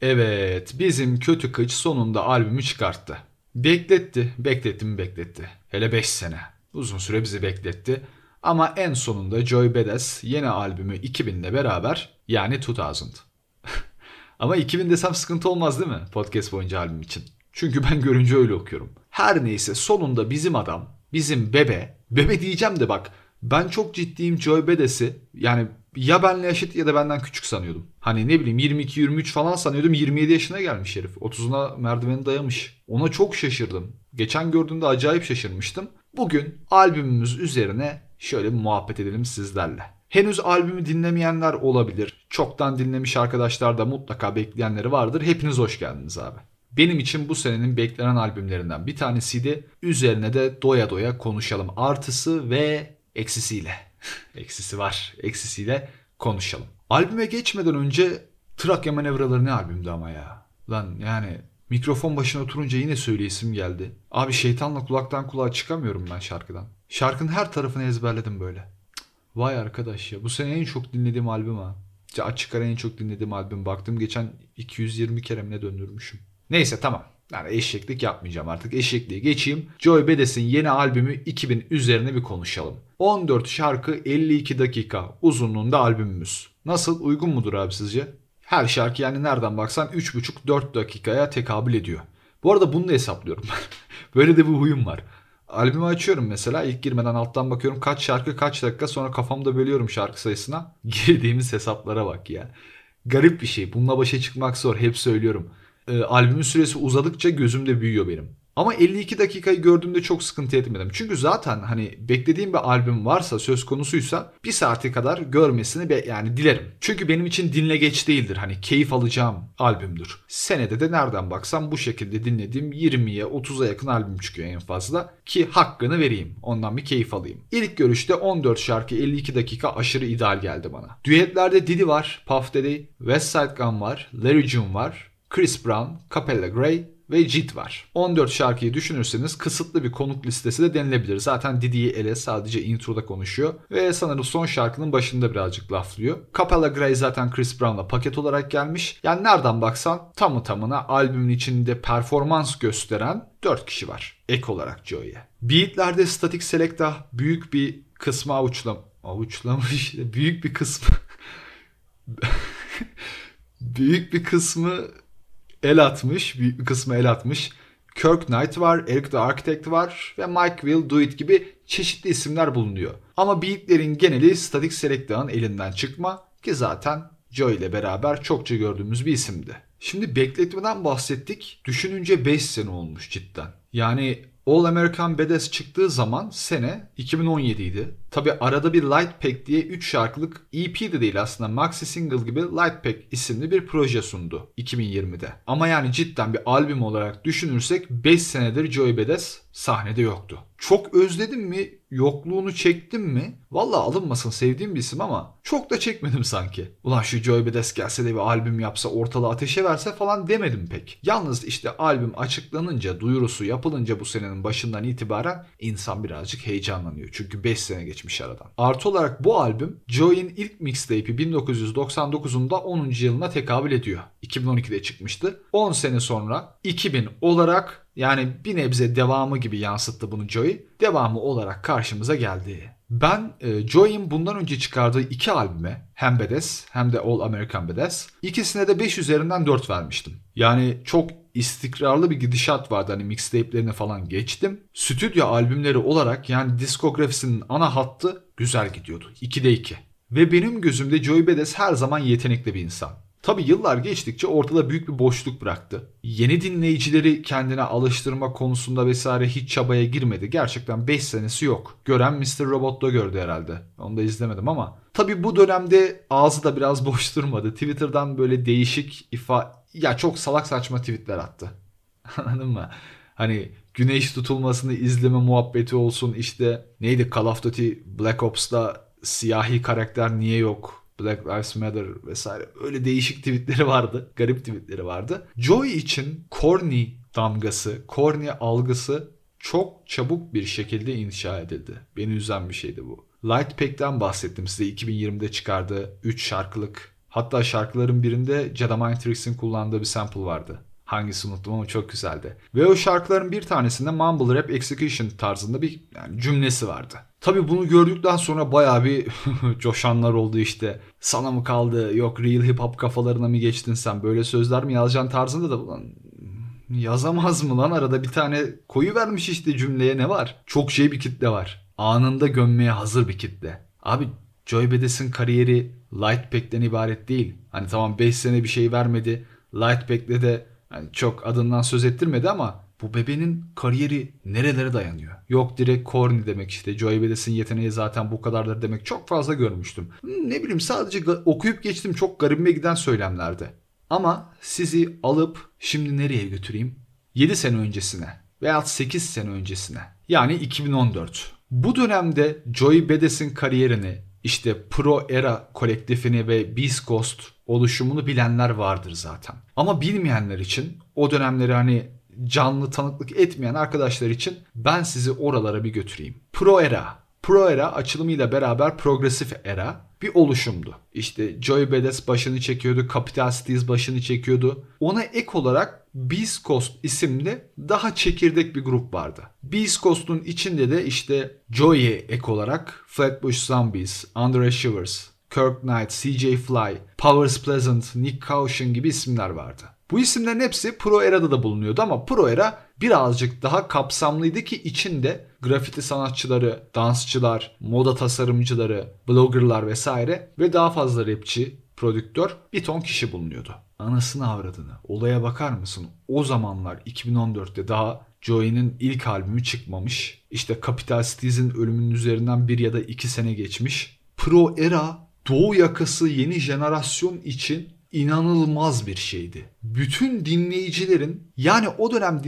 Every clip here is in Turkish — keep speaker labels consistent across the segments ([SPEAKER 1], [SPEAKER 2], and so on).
[SPEAKER 1] Evet, bizim kötü kıç sonunda albümü çıkarttı. Bekletti. Hele 5 sene. Uzun süre bizi bekletti. Ama en sonunda Joey Badass yeni albümü 2000'le beraber yani 2000. Ama 2000 desem sıkıntı olmaz değil mi podcast boyunca albüm için? Çünkü ben görünce öyle okuyorum. Her neyse sonunda bizim adam, bizim bebe diyeceğim de bak ben çok ciddiyim Joey Badass'i yani ya benle eşit ya da benden küçük sanıyordum. Hani ne bileyim 22-23 falan sanıyordum 27 yaşına gelmiş herif. 30'una merdiveni dayamış. Ona çok şaşırdım. Geçen gördüğümde acayip şaşırmıştım. Bugün albümümüz üzerine şöyle bir muhabbet edelim sizlerle. Henüz albümü dinlemeyenler olabilir. Çoktan dinlemiş arkadaşlar da mutlaka bekleyenleri vardır. Hepiniz hoş geldiniz abi. Benim için bu senenin beklenen albümlerinden bir tanesiydi. Üzerine de doya doya konuşalım. Artısı ve eksisiyle. Eksisi var. Eksisiyle konuşalım. Albüme geçmeden önce Trakya Manevraları ne albümdü ama ya. Lan yani mikrofon başına oturunca yine söyleyesim geldi. Abi şeytanla kulaktan kulağa çıkamıyorum ben şarkıdan. Şarkının her tarafını ezberledim böyle. Vay arkadaş ya bu sene en çok dinlediğim albüm ha. Açık ara en çok dinlediğim albüm. Baktım geçen 220 kere mi ne döndürmüşüm. Neyse tamam. Yani eşeklik yapmayacağım artık. Eşekliğe geçeyim. Joey Badass'in yeni albümü 2000 üzerine bir konuşalım. 14 şarkı 52 dakika uzunluğunda albümümüz. Nasıl uygun mudur abi sizce? Her şarkı yani nereden baksan 3,5-4 dakikaya tekabül ediyor. Bu arada bunu da hesaplıyorum. Böyle de bir huyum var. Albümü açıyorum mesela ilk girmeden alttan bakıyorum kaç şarkı kaç dakika sonra kafamda bölüyorum şarkı sayısına. Girdiğimiz hesaplara bak ya. Garip bir şey. Bununla başa çıkmak zor. Hep söylüyorum. Albümün süresi uzadıkça gözümde büyüyor benim. Ama 52 dakikayı gördüğümde çok sıkıntı etmedim. Çünkü zaten hani beklediğim bir albüm varsa söz konusuysa bir saate kadar görmesini yani dilerim. Çünkü benim için dinle geç değildir. Hani keyif alacağım albümdür. Senede de nereden baksam bu şekilde dinlediğim 20'ye 30'a yakın albüm çıkıyor en fazla. Ki hakkını vereyim. Ondan bir keyif alayım. İlk görüşte 14 şarkı 52 dakika aşırı ideal geldi bana. Düetlerde Diddy var, Puff Daddy, West Side Gun var, Larry June var, Chris Brown, Capella Gray ve Jid var. 14 şarkıyı düşünürseniz kısıtlı bir konuk listesi de denilebilir. Zaten Diddy'yi ele sadece introda konuşuyor ve sanırım son şarkının başında birazcık laflıyor. Capella Gray zaten Chris Brown'la paket olarak gelmiş. Yani nereden baksan tamı tamına albümün içinde performans gösteren 4 kişi var. Ek olarak Joey'e. Beatlerde Static Selecta büyük bir kısmı avuçlamış. Büyük bir kısmı büyük bir kısmı el atmış. Büyük bir kısmı el atmış. Kirk Knight var, Eric the Architect var ve Mike Will Do It gibi çeşitli isimler bulunuyor. Ama beatlerin geneli Static Selecta'nın elinden çıkma ki zaten Joey ile beraber çokça gördüğümüz bir isimdi. Şimdi bekletmeden bahsettik. Düşününce 5 sene olmuş cidden. Yani All American Badass çıktığı zaman sene 2017 idi. Tabi arada bir Light Pack diye 3 şarkılık EP de değil aslında maxi single gibi Light Pack isimli bir proje sundu 2020'de. Ama yani cidden bir albüm olarak düşünürsek 5 senedir Joey Badass sahnede yoktu. Çok özledim mi? Yokluğunu çektim mi? Valla alınmasın sevdiğim bir isim ama çok da çekmedim sanki. Ulan şu Joey Badass gelse de bir albüm yapsa ortalığı ateşe verse falan demedim pek. Yalnız işte albüm açıklanınca duyurusu yapılınca bu senenin başından itibaren insan birazcık heyecanlanıyor. Çünkü 5 sene geçmiş aradan. Artı olarak bu albüm Joey'in ilk mixtape'i 1999'unda 10. yılına tekabül ediyor. 2012'de çıkmıştı. 10 sene sonra 2000 olarak yani bir nebze devamı gibi yansıttı bunu Joey. Devamı olarak karşımıza geldi. Ben Joey'in bundan önce çıkardığı 2 albüme hem Badass hem de All American Badass ikisine de 5 üzerinden 4 vermiştim. Yani çok istikrarlı bir gidişat vardı hani mixtape'lerini falan geçtim. Stüdyo albümleri olarak yani diskografisinin ana hattı güzel gidiyordu. 2'de 2. Ve benim gözümde Joey Badass her zaman yetenekli bir insan. Tabi yıllar geçtikçe ortada büyük bir boşluk bıraktı. Yeni dinleyicileri kendine alıştırma konusunda vesaire hiç çabaya girmedi. Gerçekten 5 senesi yok. Gören Mr. Robot'ta gördü herhalde. Onu da izlemedim ama. Tabi bu dönemde ağzı da biraz boş durmadı. Twitter'dan böyle değişik ya çok salak saçma tweetler attı. Anladın mı? Hani güneş tutulmasını izleme muhabbeti olsun işte neydi Call of Duty Black Ops'ta siyahi karakter niye yok? Black Lives Matter vesaire öyle değişik tweetleri vardı. Garip tweetleri vardı. Joey için corny damgası, corny algısı çok çabuk bir şekilde inşa edildi. Beni üzen bir şeydi bu. Light Pack'ten bahsettim size 2020'de çıkardığı 3 şarkılık Hatta şarkıların birinde Jedi kullandığı bir sample vardı. Hangisi unuttum ama çok güzeldi. Ve o şarkıların bir tanesinde Mumble Rap Execution tarzında bir cümlesi vardı. Tabii bunu gördükten sonra bayağı bir coşanlar oldu işte. Sana mı kaldı, yok real hip hop kafalarına mı geçtin sen, böyle sözler mi yazacaksın tarzında da ulan yazamaz mı lan, arada bir tane koyu vermiş işte cümleye, ne var? Çok bir kitle var. Anında gömmeye hazır bir kitle. Abi Joey Badass'ın kariyeri Lightpack'ten ibaret değil. Hani tamam 5 sene bir şey vermedi. Lightpack'le de yani çok adından söz ettirmedi ama bu bebenin kariyeri nerelere dayanıyor? Yok direkt corny demek işte. Joey Badass'ın yeteneği zaten bu kadardır demek çok fazla görmüştüm. Ne bileyim, sadece okuyup geçtim, çok garibime giden söylemlerdi. Ama sizi alıp şimdi nereye götüreyim? 7 sene öncesine veya 8 sene öncesine. Yani 2014. Bu dönemde Joey Badass'ın kariyerini, işte Pro Era kolektifini ve Beast Coast oluşumunu bilenler vardır zaten. Ama bilmeyenler için, o dönemleri hani canlı tanıklık etmeyen arkadaşlar için ben sizi oralara bir götüreyim. Pro Era. Pro Era açılımıyla beraber Progressive Era bir oluşumdu. İşte Joey Badass başını çekiyordu, Capital Cities başını çekiyordu. Ona ek olarak Beast Coast isimli daha çekirdek bir grup vardı. Beast Coast'un içinde de işte Joey'e ek olarak Flatbush Zombies, Andre Shivers, Kirk Knight, CJ Fly, Powers Pleasant, Nick Caution gibi isimler vardı. Bu isimlerin hepsi Pro Era'da da bulunuyordu ama Pro Era birazcık daha kapsamlıydı ki içinde grafiti sanatçıları, dansçılar, moda tasarımcıları, bloggerlar vesaire ve daha fazla rapçi, prodüktör bir ton kişi bulunuyordu. Anasını avradını. Olaya bakar mısın? O zamanlar 2014'te daha Joey'nin ilk albümü çıkmamış. İşte Capital Cities'in ölümünün üzerinden 1 ya da 2 sene geçmiş. Pro Era Doğu yakası yeni jenerasyon için inanılmaz bir şeydi. Bütün dinleyicilerin, yani o dönem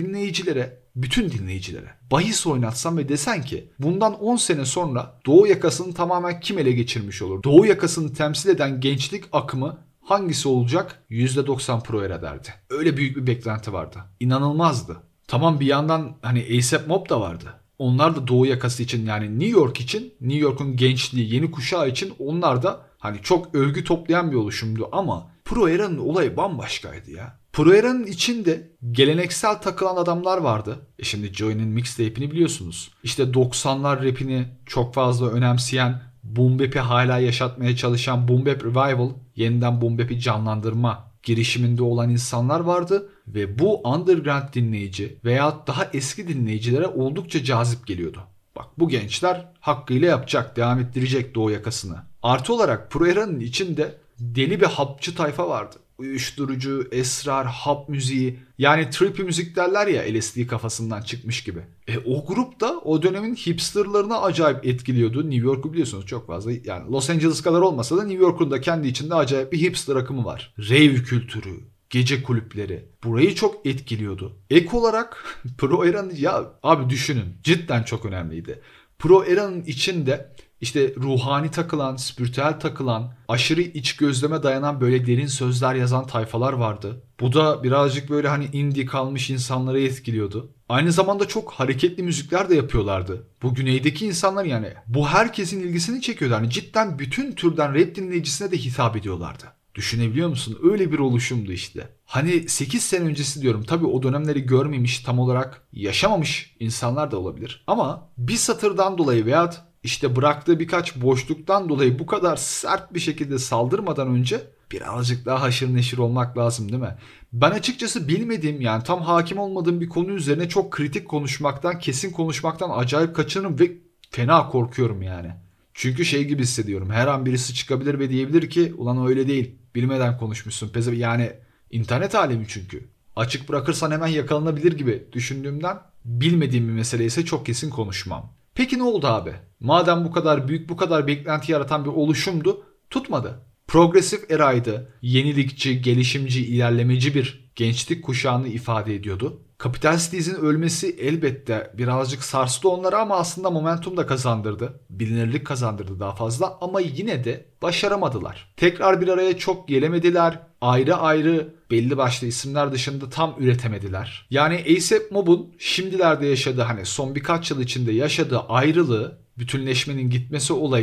[SPEAKER 1] bütün dinleyicilere bahis oynatsan ve desen ki bundan 10 sene sonra Doğu yakasını tamamen kim ele geçirmiş olur? Doğu yakasını temsil eden gençlik akımı hangisi olacak? %90 Pro Era derdi. Öyle büyük bir beklenti vardı. İnanılmazdı. Tamam, bir yandan hani A$AP Mob da vardı. Onlar da Doğu yakası için, yani New York için, New York'un gençliği, yeni kuşağı için onlar da hani çok övgü toplayan bir oluşumdu ama Pro Era'nın olayı bambaşkaydı ya. Pro Era'nın içinde geleneksel takılan adamlar vardı. Şimdi Joey'nin mixtape'ini biliyorsunuz. İşte 90'lar rapini çok fazla önemseyen, boom bap'i hala yaşatmaya çalışan Boom Bap Revival, yeniden boom bap'i canlandırma girişiminde olan insanlar vardı ve bu underground dinleyici veya daha eski dinleyicilere oldukça cazip geliyordu. Bak, bu gençler hakkıyla yapacak, devam ettirecek Doğu yakasını. Artı olarak Pro Era'nın içinde deli bir hapçı tayfa vardı. Uyuşturucu, esrar, hap müziği, yani trippy müzik derler ya, LSD kafasından çıkmış gibi. O grup da o dönemin hipsterlarını acayip etkiliyordu. New York'u biliyorsunuz çok fazla, yani Los Angeles kadar olmasa da New York'un da kendi içinde acayip bir hipster akımı var. Rave kültürü, gece kulüpleri burayı çok etkiliyordu. Ek olarak Pro Era'nın, ya abi düşünün, cidden çok önemliydi. Pro Era'nın içinde İşte ruhani takılan, spiritüel takılan, aşırı iç gözleme dayanan böyle derin sözler yazan tayfalar vardı. Bu da birazcık böyle hani indie kalmış insanları etkiliyordu. Aynı zamanda çok hareketli müzikler de yapıyorlardı. Bu güneydeki insanlar, yani bu herkesin ilgisini çekiyordu. Yani cidden bütün türden rap dinleyicisine de hitap ediyorlardı. Düşünebiliyor musun? Öyle bir oluşumdu işte. Hani 8 sene öncesi diyorum. Tabii o dönemleri görmemiş, tam olarak yaşamamış insanlar da olabilir. Ama bir satırdan dolayı veya İşte bıraktığı birkaç boşluktan dolayı bu kadar sert bir şekilde saldırmadan önce birazcık daha haşır neşir olmak lazım, değil mi? Ben açıkçası bilmediğim, yani tam hakim olmadığım bir konu üzerine çok kritik konuşmaktan, kesin konuşmaktan acayip kaçınırım ve fena korkuyorum yani. Çünkü şey gibi hissediyorum. Her an birisi çıkabilir ve diyebilir ki ulan öyle değil, bilmeden konuşmuşsun. Yani internet alemi çünkü. Açık bırakırsan hemen yakalanabilir gibi düşündüğümden bilmediğim bir mesele ise çok kesin konuşmam. Peki ne oldu abi? Madem bu kadar büyük, bu kadar beklenti yaratan bir oluşumdu, tutmadı. Progressive Era'ydı. Yenilikçi, gelişimci, ilerlemeci bir gençlik kuşağını ifade ediyordu. Capital Cities'in ölmesi elbette birazcık sarstı onları ama aslında momentum da kazandırdı. Bilinirlik kazandırdı daha fazla ama yine de başaramadılar. Tekrar bir araya çok gelemediler. Ayrı ayrı belli başlı isimler dışında tam üretemediler. Yani A$AP Mob'un şimdilerde yaşadığı, hani son birkaç yıl içinde yaşadığı ayrılığı, bütünleşmenin gitmesi olayını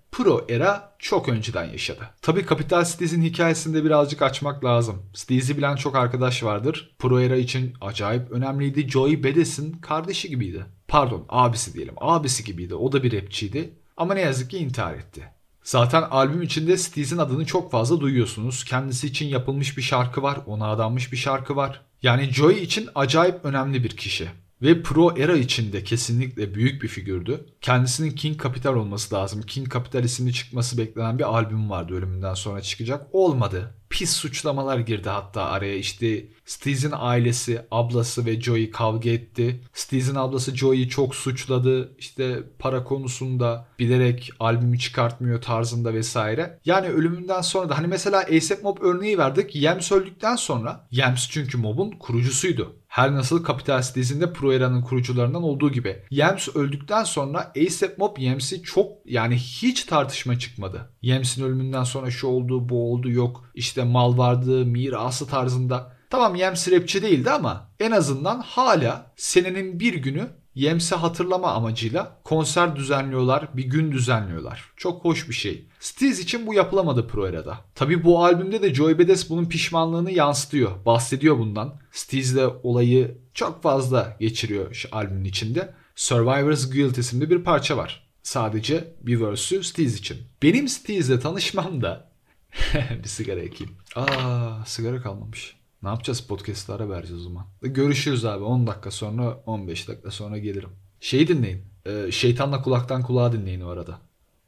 [SPEAKER 1] Pro Era çok önceden yaşadı. Tabii Capital Cities'in hikayesini de birazcık açmak lazım. Cities'i bilen çok arkadaş vardır. Pro Era için acayip önemliydi. Joey Badass'in kardeşi gibiydi. Pardon, abisi diyelim. Abisi gibiydi. O da bir rapçiydi. Ama ne yazık ki intihar etti. Zaten albüm içinde Cities'in adını çok fazla duyuyorsunuz. Kendisi için yapılmış bir şarkı var. Ona adanmış bir şarkı var. Yani Joey için acayip önemli bir kişi. Ve Pro Era içinde kesinlikle büyük bir figürdü. Kendisinin King Capital olması lazım. King Capital isimli çıkması beklenen bir albüm vardı, ölümünden sonra çıkacak. Olmadı. Pis suçlamalar girdi hatta araya. İşte Steez'in ailesi, ablası ve Joey kavga etti. Steez'in ablası Joey'i çok suçladı. İşte para konusunda bilerek albümü çıkartmıyor tarzında vesaire. Yani ölümünden sonra da hani mesela A$AP Mob örneği verdik. Yems öldükten sonra, Yems çünkü Mob'un kurucusuydu. Her nasıl Capital Cities'in de Pro Era'nın kurucularından olduğu gibi. Yems öldükten sonra A$AP Mob Yems'i çok, yani hiç tartışma çıkmadı. Yems'in ölümünden sonra şu oldu, bu oldu, yok işte mal vardı, mirası tarzında. Tamam, Yems rapçi değildi ama en azından hala senenin bir günü Yems'i hatırlama amacıyla konser düzenliyorlar, bir gün düzenliyorlar. Çok hoş bir şey. Steez için bu yapılamadı Pro Era'da. Tabii bu albümde de Joey Badass bunun pişmanlığını yansıtıyor. Bahsediyor bundan. Steez de olayı çok fazla geçiriyor şu albümün içinde. Survivor's Guilt isimli bir parça var. Sadece bir verse'ü Steez için. Benim Steez'le tanışmam da bir sigara ekeyim. Sigara kalmamış. Ne yapacağız? Podcast'lara ara vereceğiz o zaman. Görüşürüz abi. 10 dakika sonra, 15 dakika sonra gelirim. Şeyi dinleyin. Şeytanla kulaktan kulağa dinleyin o arada.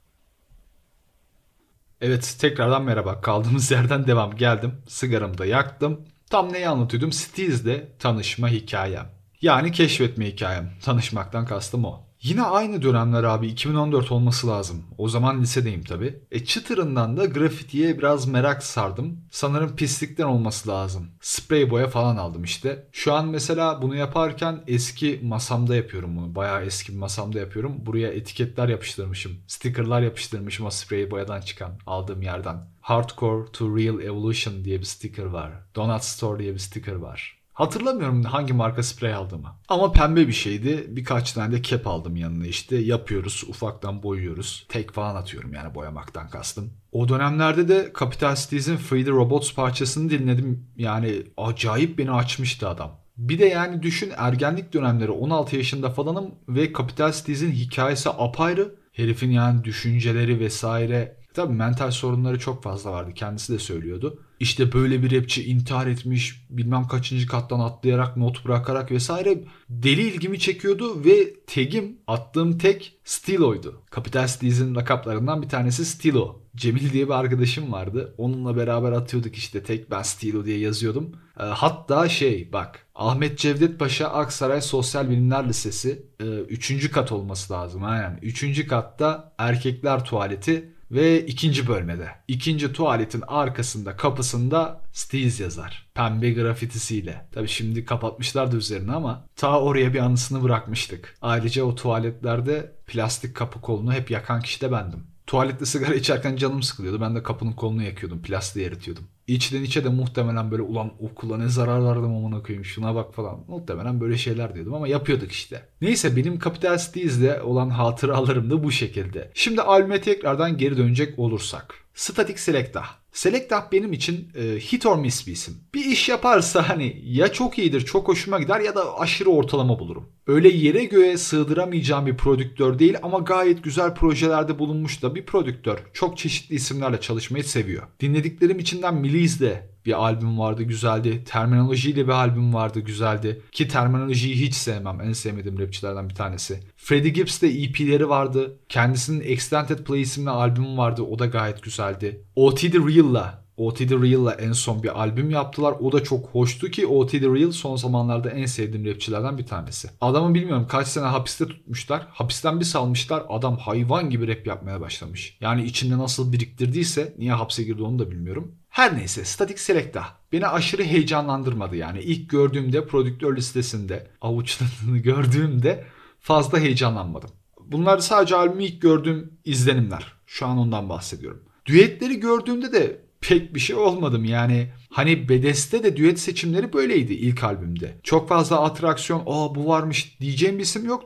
[SPEAKER 1] Evet, tekrardan merhaba. Kaldığımız yerden devam. Geldim. Sigaramı da yaktım. Tam neyi anlatıyordum? Steez'le tanışma hikayem. Yani keşfetme hikayem. Tanışmaktan kastım o. Yine aynı dönemler abi, 2014 olması lazım. O zaman lisedeyim tabii. Çıtırından da grafitiye biraz merak sardım. Sanırım pislikten olması lazım. Sprey boya falan aldım işte. Şu an mesela bunu yaparken eski masamda yapıyorum bunu. Bayağı eski bir masamda yapıyorum. Buraya etiketler yapıştırmışım. Stickerlar yapıştırmışım o sprey boyadan çıkan, aldığım yerden. Hardcore to Real Evolution diye bir sticker var. Donut Store diye bir sticker var. Hatırlamıyorum hangi marka sprey aldığımı. Ama pembe bir şeydi. Birkaç tane de kep aldım yanına işte. Yapıyoruz, ufaktan boyuyoruz. Tek falan atıyorum, yani boyamaktan kastım. O dönemlerde de Capital Cities'in Free the Robots parçasını dinledim. Yani acayip beni açmıştı adam. Bir de yani düşün, ergenlik dönemleri, 16 yaşında falanım ve Capital Cities'in hikayesi apayrı. Herifin yani düşünceleri vesaire. Tabii mental sorunları çok fazla vardı. Kendisi de söylüyordu. İşte böyle bir rapçi intihar etmiş, bilmem kaçıncı kattan atlayarak, not bırakarak vesaire, deli ilgimi çekiyordu ve attığım tag Stilo'ydu. Capital Cities'in lakaplarından bir tanesi Stilo. Cemil diye bir arkadaşım vardı. Onunla beraber atıyorduk işte tek, ben Stilo diye yazıyordum. Hatta bak, Ahmet Cevdet Paşa Aksaray Sosyal Bilimler Lisesi 3. kat olması lazım. Yani 3. katta erkekler tuvaleti ve 2. bölmede. 2. tuvaletin arkasında, kapısında Steez yazar. Pembe grafitisiyle. Tabii şimdi kapatmışlar da üzerini ama ta oraya bir anısını bırakmıştık. Ayrıca o tuvaletlerde plastik kapı kolunu hep yakan kişi de bendim. Tuvalette sigara içerken canım sıkılıyordu. Ben de kapının kolunu yakıyordum. Plastiği eritiyordum. İçten içe de muhtemelen böyle, ulan okula ne zarar verdim amına koyayım, şuna bak falan. Muhtemelen böyle şeyler diyordum ama yapıyorduk işte. Neyse, benim Capital Cities'le olan hatıralarım da bu şekilde. Şimdi albüme tekrardan geri dönecek olursak. Static Selectah. Selectah benim için hit or miss bir isim. Bir iş yaparsa hani ya çok iyidir, çok hoşuma gider, ya da aşırı ortalama bulurum. Öyle yere göğe sığdıramayacağım bir prodüktör değil ama gayet güzel projelerde bulunmuş da bir prodüktör. Çok çeşitli isimlerle çalışmayı seviyor. Dinlediklerim içinden Millie's'de bir albüm vardı, güzeldi. Terminoloji ile bir albüm vardı, güzeldi. Ki Terminoloji'yi hiç sevmem. En sevmediğim rapçilerden bir tanesi. Freddie Gibbs'te EP'leri vardı. Kendisinin Extended Play isimli albümü vardı. O da gayet güzeldi. O.T. The Real'la en son bir albüm yaptılar. O da çok hoştu ki O.T. The Real son zamanlarda en sevdiğim rapçilerden bir tanesi. Adamı bilmiyorum kaç sene hapiste tutmuşlar. Hapisten bir salmışlar. Adam hayvan gibi rap yapmaya başlamış. Yani içinde nasıl biriktirdiyse, niye hapse girdi onu da bilmiyorum. Her neyse, Static Selectah beni aşırı heyecanlandırmadı yani. İlk gördüğümde, prodüktör listesinde avuçladığını gördüğümde fazla heyecanlanmadım. Bunlar sadece albümü ilk gördüğüm izlenimler. Şu an ondan bahsediyorum. Düetleri gördüğümde de pek bir şey olmadım yani. Hani Bedes'te de düet seçimleri böyleydi ilk albümde. Çok fazla atraksiyon, bu varmış diyeceğim bir isim yoktu.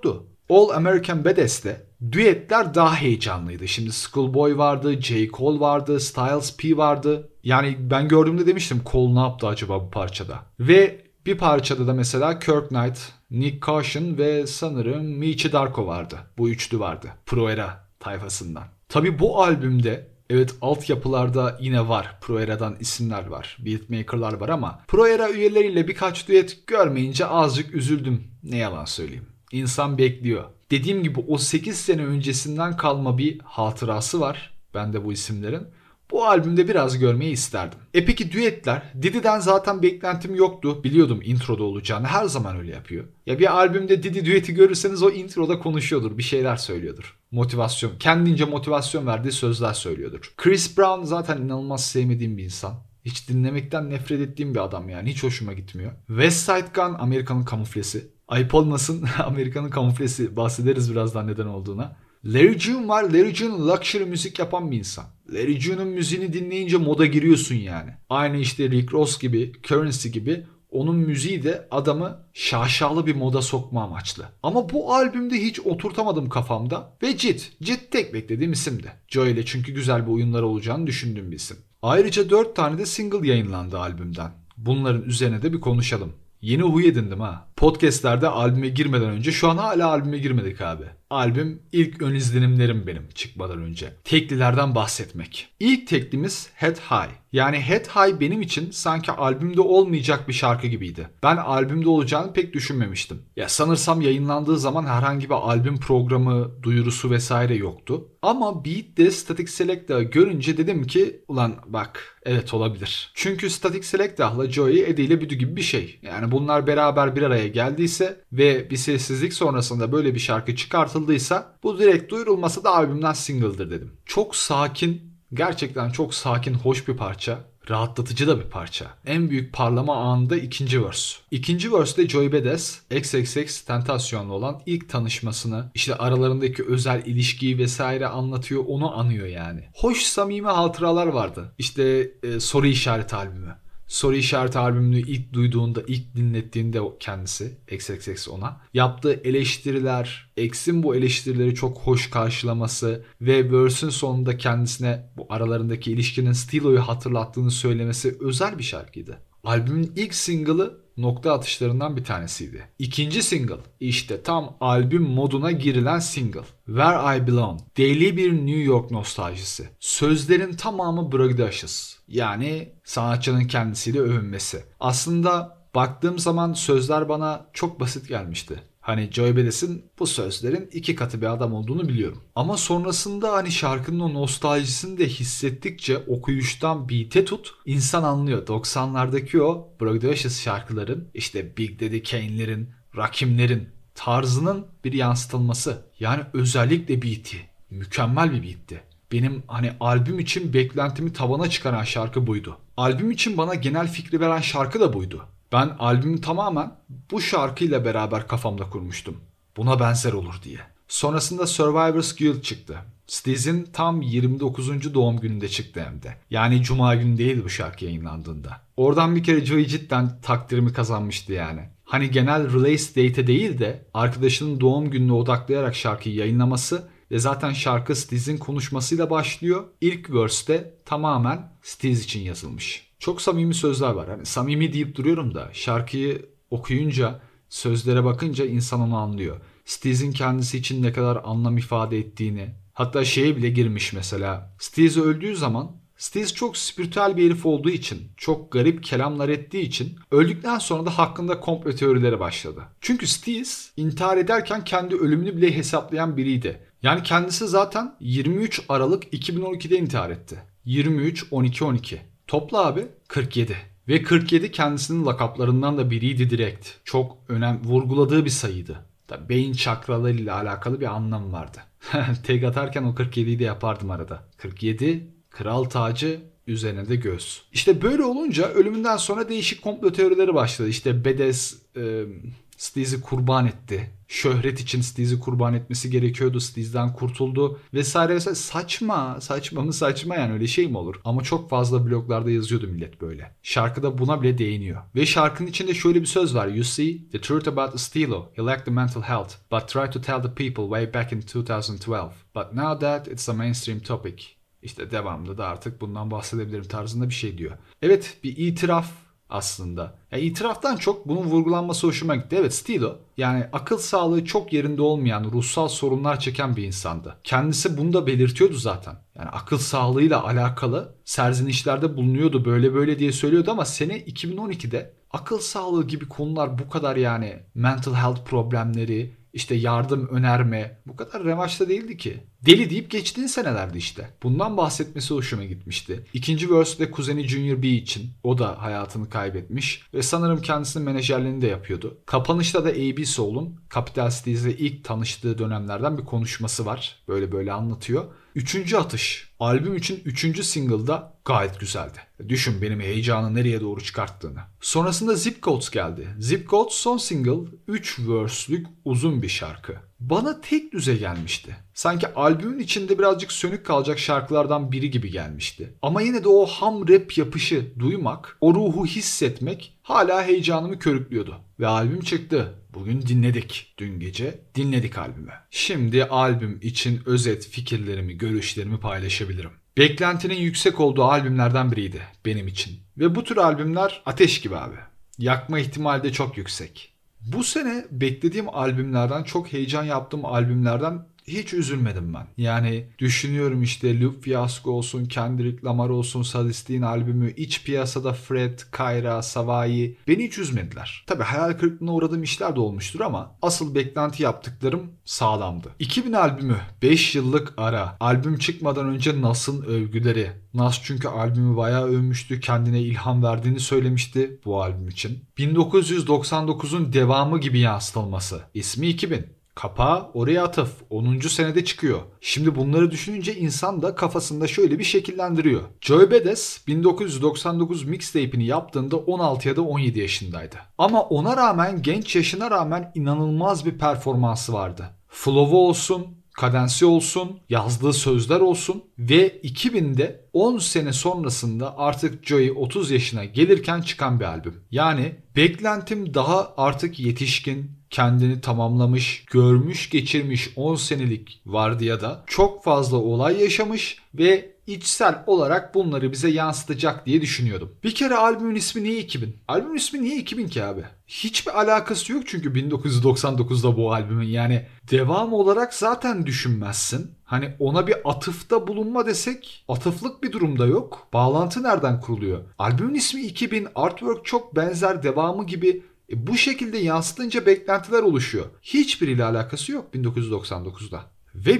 [SPEAKER 1] All American Badass'te düetler daha heyecanlıydı. Şimdi Schoolboy vardı, J. Cole vardı, Styles P vardı. Yani ben gördüğümde demiştim Cole ne yaptı acaba bu parçada? Ve bir parçada da mesela Kirk Knight, Nick Caution ve sanırım Michi Darko vardı. Bu üçlü vardı. Pro Era tayfasından. Tabii bu albümde evet altyapılarda yine var. Pro Era'dan isimler var. Beatmaker'lar var ama Pro Era üyeleriyle birkaç düet görmeyince azıcık üzüldüm. Ne yalan söyleyeyim. İnsan bekliyor. Dediğim gibi o 8 sene öncesinden kalma bir hatırası var bende bu isimlerin. Bu albümde biraz görmeyi isterdim. Peki düetler? Didi'den zaten beklentim yoktu. Biliyordum introda olacağını. Her zaman öyle yapıyor. Ya bir albümde Didi düeti görürseniz o introda konuşuyordur. Bir şeyler söylüyordur. Motivasyon. Kendince motivasyon verdiği sözler söylüyordur. Chris Brown zaten inanılmaz sevmediğim bir insan. Hiç dinlemekten nefret ettiğim bir adam yani. Hiç hoşuma gitmiyor. West Side Gun Amerika'nın kamuflesi. Ayıp olmasın Amerika'nın kamuflesi. Bahsederiz birazdan neden olduğuna. Larry June var. Larry June luxury müzik yapan bir insan. Larry June'un müziğini dinleyince moda giriyorsun yani. Aynı işte Rick Ross gibi, Currency gibi onun müziği de adamı şaşalı bir moda sokma amaçlı. Ama bu albümde hiç oturtamadım kafamda. Ve Jit tek beklediğim isimdi. Joe ile çünkü güzel bir oyunlar olacağını düşündüğüm bir isim. Ayrıca 4 tane de single yayınlandı albümden. Bunların üzerine de bir konuşalım. Yeni huy edindim ha. Podcast'lerde albüme girmeden önce şu an hala albüme girmedik abi. Albüm ilk ön izlenimlerim benim çıkmadan önce. Teklilerden bahsetmek. İlk teklimiz Head High. Yani Head High benim için sanki albümde olmayacak bir şarkı gibiydi. Ben albümde olacağını pek düşünmemiştim. Ya sanırsam yayınlandığı zaman herhangi bir albüm programı, duyurusu vesaire yoktu. Ama Beat'te Static Selectah'ı görünce dedim ki ulan bak evet olabilir. Çünkü Static Selectah'la Joey Eddie ile Büdü gibi bir şey. Yani bunlar beraber bir araya geldiyse ve bir sessizlik sonrasında böyle bir şarkı çıkartıldıysa bu direkt duyurulması da albümden single'dır dedim. Çok sakin, gerçekten çok sakin, hoş bir parça. Rahatlatıcı da bir parça. En büyük parlama anında ikinci verse. İkinci verse'de Joey Badass, XXXTentacion'la olan ilk tanışmasını, işte aralarındaki özel ilişkiyi vesaire anlatıyor, onu anıyor yani. Hoş samimi hatıralar vardı. İşte soru işareti albümü. Soru işareti albümünü ilk duyduğunda, ilk dinlettiğinde kendisi XXX ona yaptığı eleştiriler, X'in bu eleştirileri çok hoş karşılaması ve verse'ün sonunda kendisine bu aralarındaki ilişkinin Stilo'yu hatırlattığını söylemesi özel bir şarkıydı. Albümün ilk single'ı nokta atışlarından bir tanesiydi. İkinci single işte tam albüm moduna girilen single. Where I Belong. Deli bir New York nostaljisi. Sözlerin tamamı braggadocious. Yani sanatçının kendisiyle övünmesi. Aslında baktığım zaman sözler bana çok basit gelmişti. Hani Joey Badass'in bu sözlerin 2 katı bir adam olduğunu biliyorum. Ama sonrasında hani şarkının o nostaljisini de hissettikçe okuyuştan beat'e tut insan anlıyor. 90'lardaki o braggadocious şarkıların işte Big Daddy Kane'lerin, Rakimlerin tarzının bir yansıtılması. Yani özellikle beat'i. Mükemmel bir beat'ti. Benim hani albüm için beklentimi tavana çıkaran şarkı buydu. Albüm için bana genel fikri veren şarkı da buydu. Ben albümü tamamen bu şarkıyla beraber kafamda kurmuştum. Buna benzer olur diye. Sonrasında Survivor's Guild çıktı. Stiz'in tam 29. doğum gününde çıktı hem de. Yani Cuma günü değil bu şarkı yayınlandığında. Oradan bir kere Joey cidden takdirimi kazanmıştı yani. Hani genel release date'e değil de arkadaşının doğum gününe odaklayarak şarkıyı yayınlaması ve zaten şarkı Stiz'in konuşmasıyla başlıyor. İlk verse'te tamamen Stiz için yazılmış. Çok samimi sözler var. Hani samimi deyip duruyorum da şarkıyı okuyunca, sözlere bakınca insan onu anlıyor. Stiz'in kendisi için ne kadar anlam ifade ettiğini. Hatta şeye bile girmiş mesela. Stiz öldüğü zaman Stiz çok spiritüel bir herif olduğu için, çok garip kelamlar ettiği için öldükten sonra da hakkında komplo teorileri başladı. Çünkü Stiz intihar ederken kendi ölümünü bile hesaplayan biriydi. Yani kendisi zaten 23 Aralık 2012'de intihar etti. 23, 12, 12. Topla abi 47. Ve 47 kendisinin lakaplarından da biriydi direkt. Çok vurguladığı bir sayıydı. Tabii beyin çakralarıyla alakalı bir anlam vardı. Tek atarken o 47'yi de yapardım arada. 47, kral tacı, üzerine de göz. İşte böyle olunca ölümünden sonra değişik komplo teorileri başladı. İşte Badass Steezy kurban etti. Şöhret için Steezy kurban etmesi gerekiyordu. Steezy'den kurtuldu vesaire vesaire. Saçma yani, öyle şey mi olur? Ama çok fazla bloglarda yazıyordu millet böyle. Şarkıda buna bile değiniyor. Ve şarkının içinde şöyle bir söz var. You see, the truth about Estilo, he lacked the mental health, but tried to tell the people way back in 2012. But now that it's a mainstream topic. İşte devamlı da artık bundan bahsedebilirim tarzında bir şey diyor. Evet, bir itiraf aslında. Ya itiraftan çok bunun vurgulanması hoşuma gitti. Evet, Stilo yani akıl sağlığı çok yerinde olmayan, ruhsal sorunlar çeken bir insandı. Kendisi bunu da belirtiyordu zaten. Yani akıl sağlığıyla alakalı serzenişlerde bulunuyordu, böyle böyle diye söylüyordu ama sene 2012'de akıl sağlığı gibi konular bu kadar, yani mental health problemleri, işte yardım önerme bu kadar revaçta değildi ki. Deli deyip geçtiğin senelerdi işte. Bundan bahsetmesi hoşuma gitmişti. İkinci verse'de kuzeni Junior B için, o da hayatını kaybetmiş ve sanırım kendisinin menajerliğini de yapıyordu. Kapanışta da A.B. Soul'un Capital Cities ile ilk tanıştığı dönemlerden bir konuşması var. Böyle böyle anlatıyor. Üçüncü atış. Albüm için üçüncü single'da gayet güzeldi. Düşün benim heyecanı nereye doğru çıkarttığını. Sonrasında Zip Codes geldi. Zip Codes son single, 3 verse'lük uzun bir şarkı. Bana tek düze gelmişti. Sanki albümün içinde birazcık sönük kalacak şarkılardan biri gibi gelmişti. Ama yine de o ham rap yapışı duymak, o ruhu hissetmek hala heyecanımı körüklüyordu. Ve albüm çıktı. Bugün dinledik. Dün gece dinledik albümü. Şimdi albüm için özet fikirlerimi, görüşlerimi paylaşabilirim. Beklentinin yüksek olduğu albümlerden biriydi benim için. Ve bu tür albümler ateş gibi abi. Yakma ihtimali de çok yüksek. Bu sene beklediğim albümlerden, çok heyecan yaptığım albümlerden hiç üzülmedim ben. Yani düşünüyorum işte Lupe Fiasco olsun, Kendrick Lamar olsun, Sadistik'in albümü, iç piyasada Fred, Kayra, Savai beni hiç üzmediler. Tabii hayal kırıklığına uğradığım işler de olmuştur ama asıl beklenti yaptıklarım sağlamdı. 2000 albümü, 5 yıllık ara, albüm çıkmadan önce Nas'ın övgüleri. Nas çünkü albümü bayağı övmüştü, kendine ilham verdiğini söylemişti bu albüm için. 1999'un devamı gibi yansıtılması. İsmi 2000. Kapağı oraya atıf. 10. senede çıkıyor. Şimdi bunları düşününce insan da kafasında şöyle bir şekillendiriyor. Joey Badass 1999 mixtape'ini yaptığında 16 ya da 17 yaşındaydı. Ama ona rağmen, genç yaşına rağmen inanılmaz bir performansı vardı. Flow'u olsun, kadensi olsun, yazdığı sözler olsun ve 2000'de 10 sene sonrasında artık Joey 30 yaşına gelirken çıkan bir albüm. Yani beklentim daha artık yetişkin, kendini tamamlamış, görmüş geçirmiş 10 senelik vardiyada çok fazla olay yaşamış ve içsel olarak bunları bize yansıtacak diye düşünüyordum. Bir kere albümün ismi niye 2000? Albümün ismi niye 2000 ki abi? Hiçbir alakası yok çünkü 1999'da bu albümün, yani devam olarak zaten düşünmezsin. Hani ona bir atıfta bulunma desek, atıflık bir durumda yok. Bağlantı nereden kuruluyor? Albümün ismi 2000, artwork çok benzer, devamı gibi. Bu şekilde yansıtınca beklentiler oluşuyor. Hiçbiriyle alakası yok 1999'da. Ve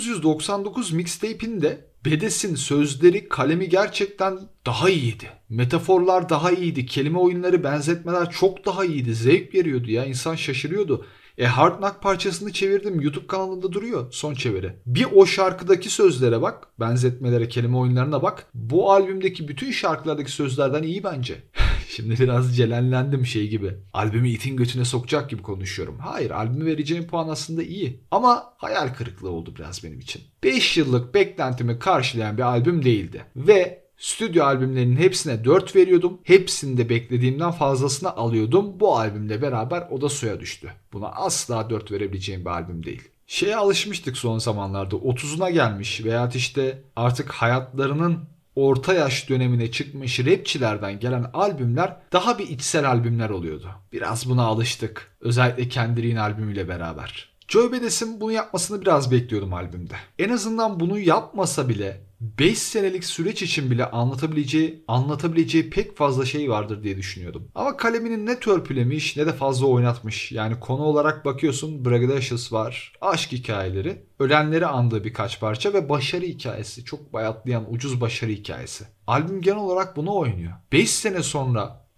[SPEAKER 1] 1999 mixtape'inde Badass'in sözleri, kalemi gerçekten daha iyiydi. Metaforlar daha iyiydi. Kelime oyunları, benzetmeler çok daha iyiydi. Zevk veriyordu ya. İnsan şaşırıyordu. Hard Knock parçasını çevirdim. YouTube kanalında duruyor son çeviri. Bir o şarkıdaki sözlere bak. Benzetmelere, kelime oyunlarına bak. Bu albümdeki bütün şarkılardaki sözlerden iyi bence. Şimdi biraz celallendim şey gibi. Albümü itin götüne sokacak gibi konuşuyorum. Hayır, albümü vereceğim puan aslında iyi. Ama hayal kırıklığı oldu biraz benim için. 5 yıllık beklentimi karşılayan bir albüm değildi. Ve stüdyo albümlerinin hepsine 4 veriyordum. Hepsinde beklediğimden fazlasını alıyordum. Bu albümle beraber o da suya düştü. Buna asla 4 verebileceğim bir albüm değil. Şeye alışmıştık son zamanlarda. 30'una gelmiş veya işte artık hayatlarının orta yaş dönemine çıkmış rapçilerden gelen albümler daha bir içsel albümler oluyordu. Biraz buna alıştık. Özellikle Kendrick'in albümüyle beraber. Joey Badass'in bunu yapmasını biraz bekliyordum albümde. En azından bunu yapmasa bile 5 senelik süreç için bile anlatabileceği pek fazla şey vardır diye düşünüyordum. Ama kalemini ne törpülemiş ne de fazla oynatmış. Yani konu olarak bakıyorsun, Braggadocious var, aşk hikayeleri, ölenleri andığı birkaç parça ve başarı hikayesi. Çok bayatlayan ucuz başarı hikayesi. Albüm genel olarak bunu oynuyor. 5 sene sonra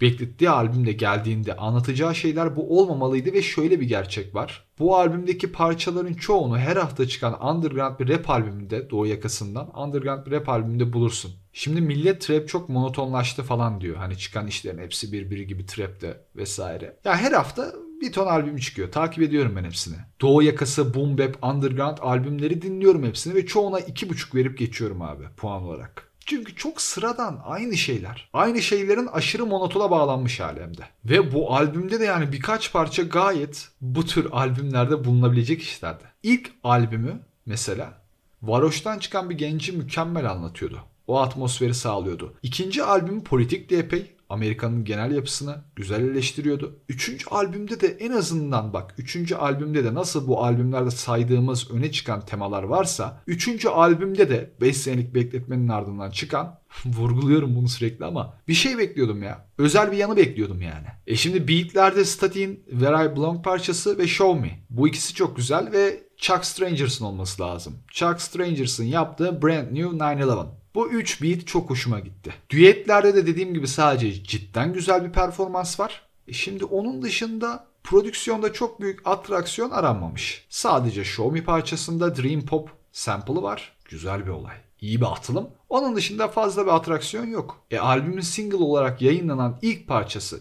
[SPEAKER 1] beklettiği albümde geldiğinde anlatacağı şeyler bu olmamalıydı ve şöyle bir gerçek var. Bu albümdeki parçaların çoğunu her hafta çıkan underground bir rap albümünde, Doğu yakasından underground bir rap albümünde bulursun. Şimdi millet trap çok monotonlaştı falan diyor. Hani çıkan işlerin hepsi birbiri gibi trapte vesaire. Ya her hafta bir ton albüm çıkıyor. Takip ediyorum ben hepsini. Doğu yakası, boom bap, underground albümleri dinliyorum hepsini ve çoğuna 2,5 verip geçiyorum abi puan olarak. Çünkü çok sıradan aynı şeyler. Aynı şeylerin aşırı monotona bağlanmış hali hem de. Ve bu albümde de yani birkaç parça gayet bu tür albümlerde bulunabilecek işlerdi. İlk albümü mesela varoştan çıkan bir genci mükemmel anlatıyordu. O atmosferi sağlıyordu. İkinci albümü politikti epey. Amerika'nın genel yapısını güzel eleştiriyordu. Üçüncü albümde de en azından bak, üçüncü albümde de nasıl bu albümlerde saydığımız öne çıkan temalar varsa, üçüncü albümde de 5 senelik bekletmenin ardından çıkan, vurguluyorum bunu sürekli ama bir şey bekliyordum ya. Özel bir yanı bekliyordum yani. Şimdi beatlerde Statin, Where I Belong parçası ve Show Me. Bu ikisi çok güzel ve Chuck Strangers'ın olması lazım. Chuck Strangers'ın yaptığı Brand New 911. Bu 3 beat çok hoşuma gitti. Düetlerde de dediğim gibi sadece cidden güzel bir performans var. Şimdi onun dışında prodüksiyonda çok büyük atraksiyon aranmamış. Sadece Show Me parçasında Dream Pop sample'ı var. Güzel bir olay. İyi bir atılım. Onun dışında fazla bir atraksiyon yok. Albümün single olarak yayınlanan ilk parçası,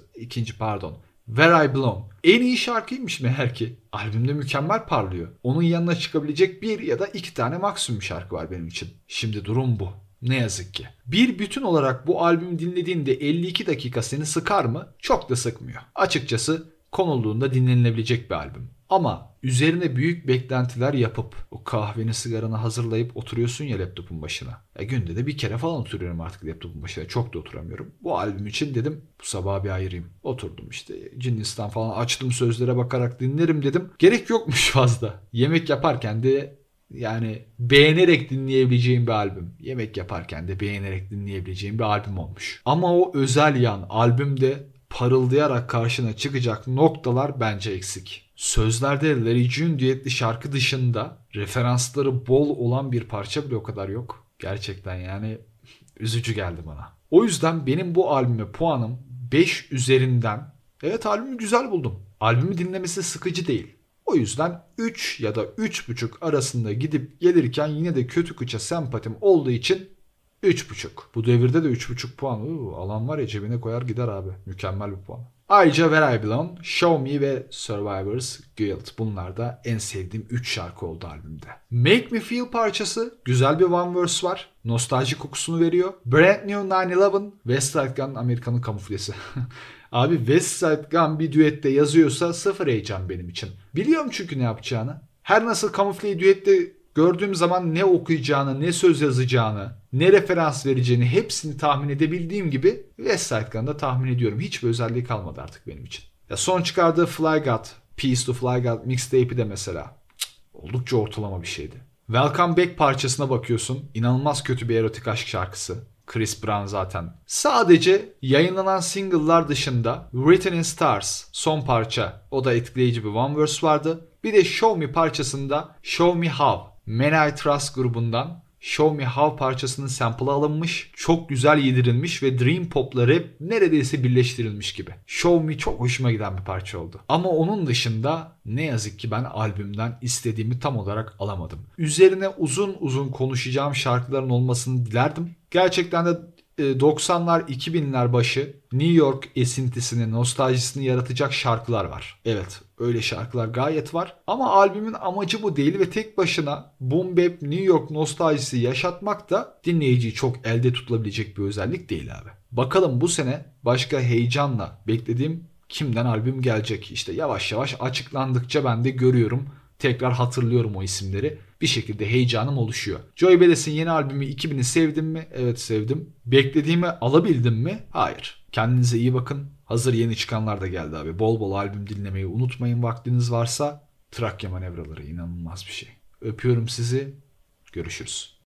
[SPEAKER 1] Where I Belong. En iyi şarkıymış meğer ki. Albümde mükemmel parlıyor. Onun yanına çıkabilecek bir ya da iki tane maksimum şarkı var benim için. Şimdi durum bu. Ne yazık ki. Bir bütün olarak bu albümü dinlediğinde 52 dakika seni sıkar mı? Çok da sıkmıyor. Açıkçası konulduğunda dinlenilebilecek bir albüm. Ama üzerine büyük beklentiler yapıp o kahveni sigaranı hazırlayıp oturuyorsun ya laptopun başına. Günde de bir kere falan oturuyorum artık laptopun başına. Çok da oturamıyorum. Bu albüm için dedim bu sabah bir ayırayım. Oturdum işte Cinnistan falan açtım, sözlere bakarak dinlerim dedim. Gerek yokmuş fazla. Yemek yaparken de yani beğenerek dinleyebileceğim bir albüm. Yemek yaparken de beğenerek dinleyebileceğim bir albüm olmuş. Ama o özel yan albümde parıldayarak karşına çıkacak noktalar bence eksik. Sözlerde Larry June düetli şarkı dışında referansları bol olan bir parça bile o kadar yok. Gerçekten yani üzücü geldi bana. O yüzden benim bu albüme puanım 5 üzerinden. Evet, albümü güzel buldum. Albümü dinlemesi sıkıcı değil. O yüzden 3 ya da 3,5 arasında gidip gelirken yine de kötü kıça sempatim olduğu için 3,5. Bu devirde de 3,5 puan. Alan var ya, cebine koyar gider abi. Mükemmel bir puan. Ayrıca Where I Belong, Show Me ve Survivor's Guilt. Bunlar da en sevdiğim 3 şarkı oldu albümde. Make Me Feel parçası güzel bir one verse var. Nostalji kokusunu veriyor. Brand New 911, West Side Gun Amerika'nın kamuflesi. Abi West Side Gun bir düette yazıyorsa sıfır heyecan benim için. Biliyorum çünkü ne yapacağını. Her nasıl kamufleyi düette gördüğüm zaman ne okuyacağını, ne söz yazacağını, ne referans vereceğini hepsini tahmin edebildiğim gibi West Side Gun'da tahmin ediyorum. Hiçbir özelliği kalmadı artık benim için. Ya son çıkardığı Fly God, Peace to Fly God mixtape'i de mesela oldukça ortalama bir şeydi. Welcome Back parçasına bakıyorsun. İnanılmaz kötü bir erotik aşk şarkısı. Chris Brown zaten. Sadece yayınlanan single'lar dışında Written in Stars son parça. O da etkileyici bir one verse vardı. Bir de Show Me parçasında Show Me How, Man I Trust grubundan Show Me How parçasının sample'ı alınmış, çok güzel yedirilmiş ve Dream Pop'la rap neredeyse birleştirilmiş gibi. Show Me çok hoşuma giden bir parça oldu. Ama onun dışında ne yazık ki ben albümden istediğimi tam olarak alamadım. Üzerine uzun uzun konuşacağım şarkıların olmasını dilerdim. Gerçekten de 90'lar 2000'ler başı New York esintisini, nostaljisini yaratacak şarkılar var. Evet, öyle şarkılar gayet var. Ama albümün amacı bu değil ve tek başına boom bap New York nostaljisi yaşatmak da dinleyiciyi çok elde tutulabilecek bir özellik değil abi. Bakalım bu sene başka heyecanla beklediğim kimden albüm gelecek? İşte yavaş yavaş açıklandıkça ben de görüyorum. Tekrar hatırlıyorum o isimleri. Bir şekilde heyecanım oluşuyor. Joey Badass'in yeni albümü 2000'i sevdim mi? Evet, sevdim. Beklediğimi alabildim mi? Hayır. Kendinize iyi bakın. Hazır yeni çıkanlar da geldi abi. Bol bol albüm dinlemeyi unutmayın vaktiniz varsa. Trakya manevraları inanılmaz bir şey. Öpüyorum sizi. Görüşürüz.